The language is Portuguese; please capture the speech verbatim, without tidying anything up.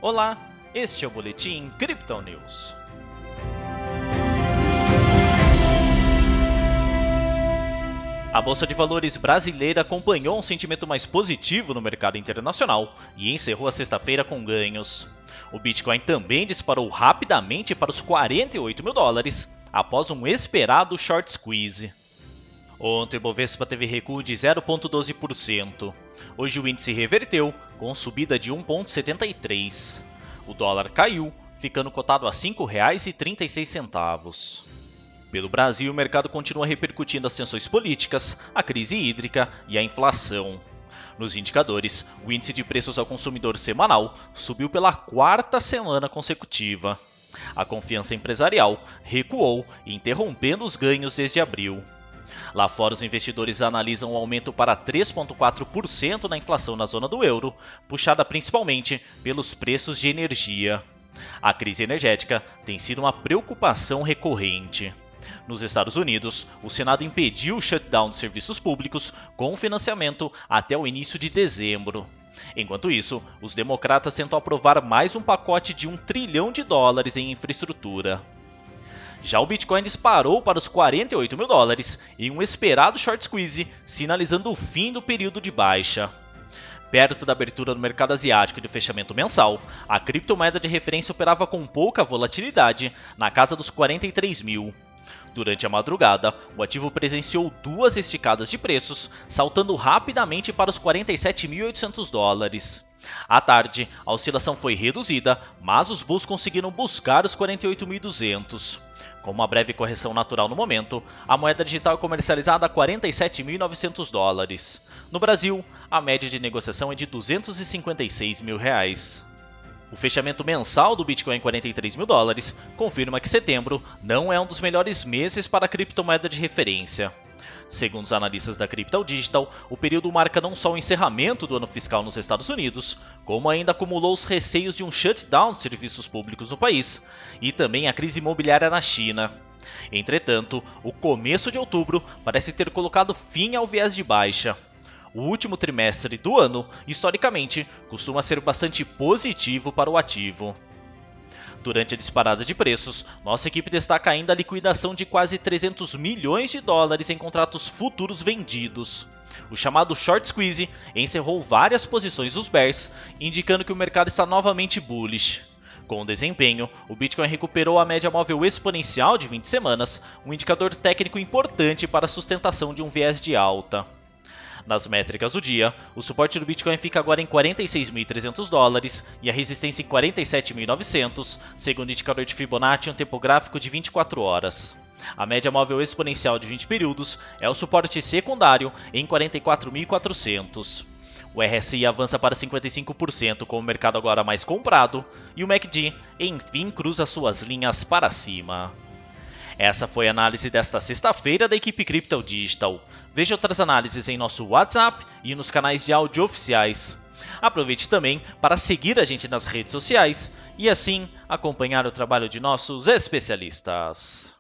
Olá, este é o Boletim Crypto News. A Bolsa de Valores brasileira acompanhou um sentimento mais positivo no mercado internacional e encerrou a sexta-feira com ganhos. O Bitcoin também disparou rapidamente para os quarenta e oito mil dólares após um esperado short squeeze. Ontem o Bovespa teve recuo de zero vírgula doze por cento. Hoje o índice reverteu com subida de um vírgula setenta e três por cento. O dólar caiu, ficando cotado a cinco reais e trinta e seis centavos. Pelo Brasil, o mercado continua repercutindo as tensões políticas, a crise hídrica e a inflação. Nos indicadores, o índice de preços ao consumidor semanal subiu pela quarta semana consecutiva. A confiança empresarial recuou, interrompendo os ganhos desde abril. Lá fora, os investidores analisam um aumento para três vírgula quatro por cento na inflação na zona do euro, puxada principalmente pelos preços de energia. A crise energética tem sido uma preocupação recorrente. Nos Estados Unidos, o Senado impediu o shutdown de serviços públicos com financiamento até o início de dezembro. Enquanto isso, os democratas tentam aprovar mais um pacote de um trilhão de dólares em infraestrutura. Já o Bitcoin disparou para os quarenta e oito mil dólares em um esperado short squeeze, sinalizando o fim do período de baixa. Perto da abertura do mercado asiático e do fechamento mensal, a criptomoeda de referência operava com pouca volatilidade, na casa dos quarenta e três mil. Durante a madrugada, o ativo presenciou duas esticadas de preços, saltando rapidamente para os quarenta e sete mil e oitocentos dólares. À tarde, a oscilação foi reduzida, mas os bulls conseguiram buscar os quarenta e oito mil e duzentos. Com uma breve correção natural no momento, a moeda digital é comercializada a quarenta e sete mil e novecentos dólares. No Brasil, a média de negociação é de duzentos e cinquenta e seis mil reais. O fechamento mensal do Bitcoin em quarenta e três mil dólares confirma que setembro não é um dos melhores meses para a criptomoeda de referência. Segundo os analistas da Crypto Digital, o período marca não só o encerramento do ano fiscal nos Estados Unidos, como ainda acumulou os receios de um shutdown de serviços públicos no país e também a crise imobiliária na China. Entretanto, o começo de outubro parece ter colocado fim ao viés de baixa. O último trimestre do ano, historicamente, costuma ser bastante positivo para o ativo. Durante a disparada de preços, nossa equipe destaca ainda a liquidação de quase trezentos milhões de dólares em contratos futuros vendidos. O chamado short squeeze encerrou várias posições dos bears, indicando que o mercado está novamente bullish. Com o desempenho, o Bitcoin recuperou a média móvel exponencial de vinte semanas, um indicador técnico importante para a sustentação de um viés de alta. Nas métricas do dia, o suporte do Bitcoin fica agora em quarenta e seis mil e trezentos dólares e a resistência em quarenta e sete mil e novecentos, segundo o indicador de Fibonacci em um tempo gráfico de vinte e quatro horas. A média móvel exponencial de vinte períodos é o suporte secundário em quarenta e quatro mil e quatrocentos. O R S I avança para cinquenta e cinco por cento com o mercado agora mais comprado e o M A C D enfim cruza suas linhas para cima. Essa foi a análise desta sexta-feira da equipe Crypto Digital. Veja outras análises em nosso WhatsApp e nos canais de áudio oficiais. Aproveite também para seguir a gente nas redes sociais e assim acompanhar o trabalho de nossos especialistas.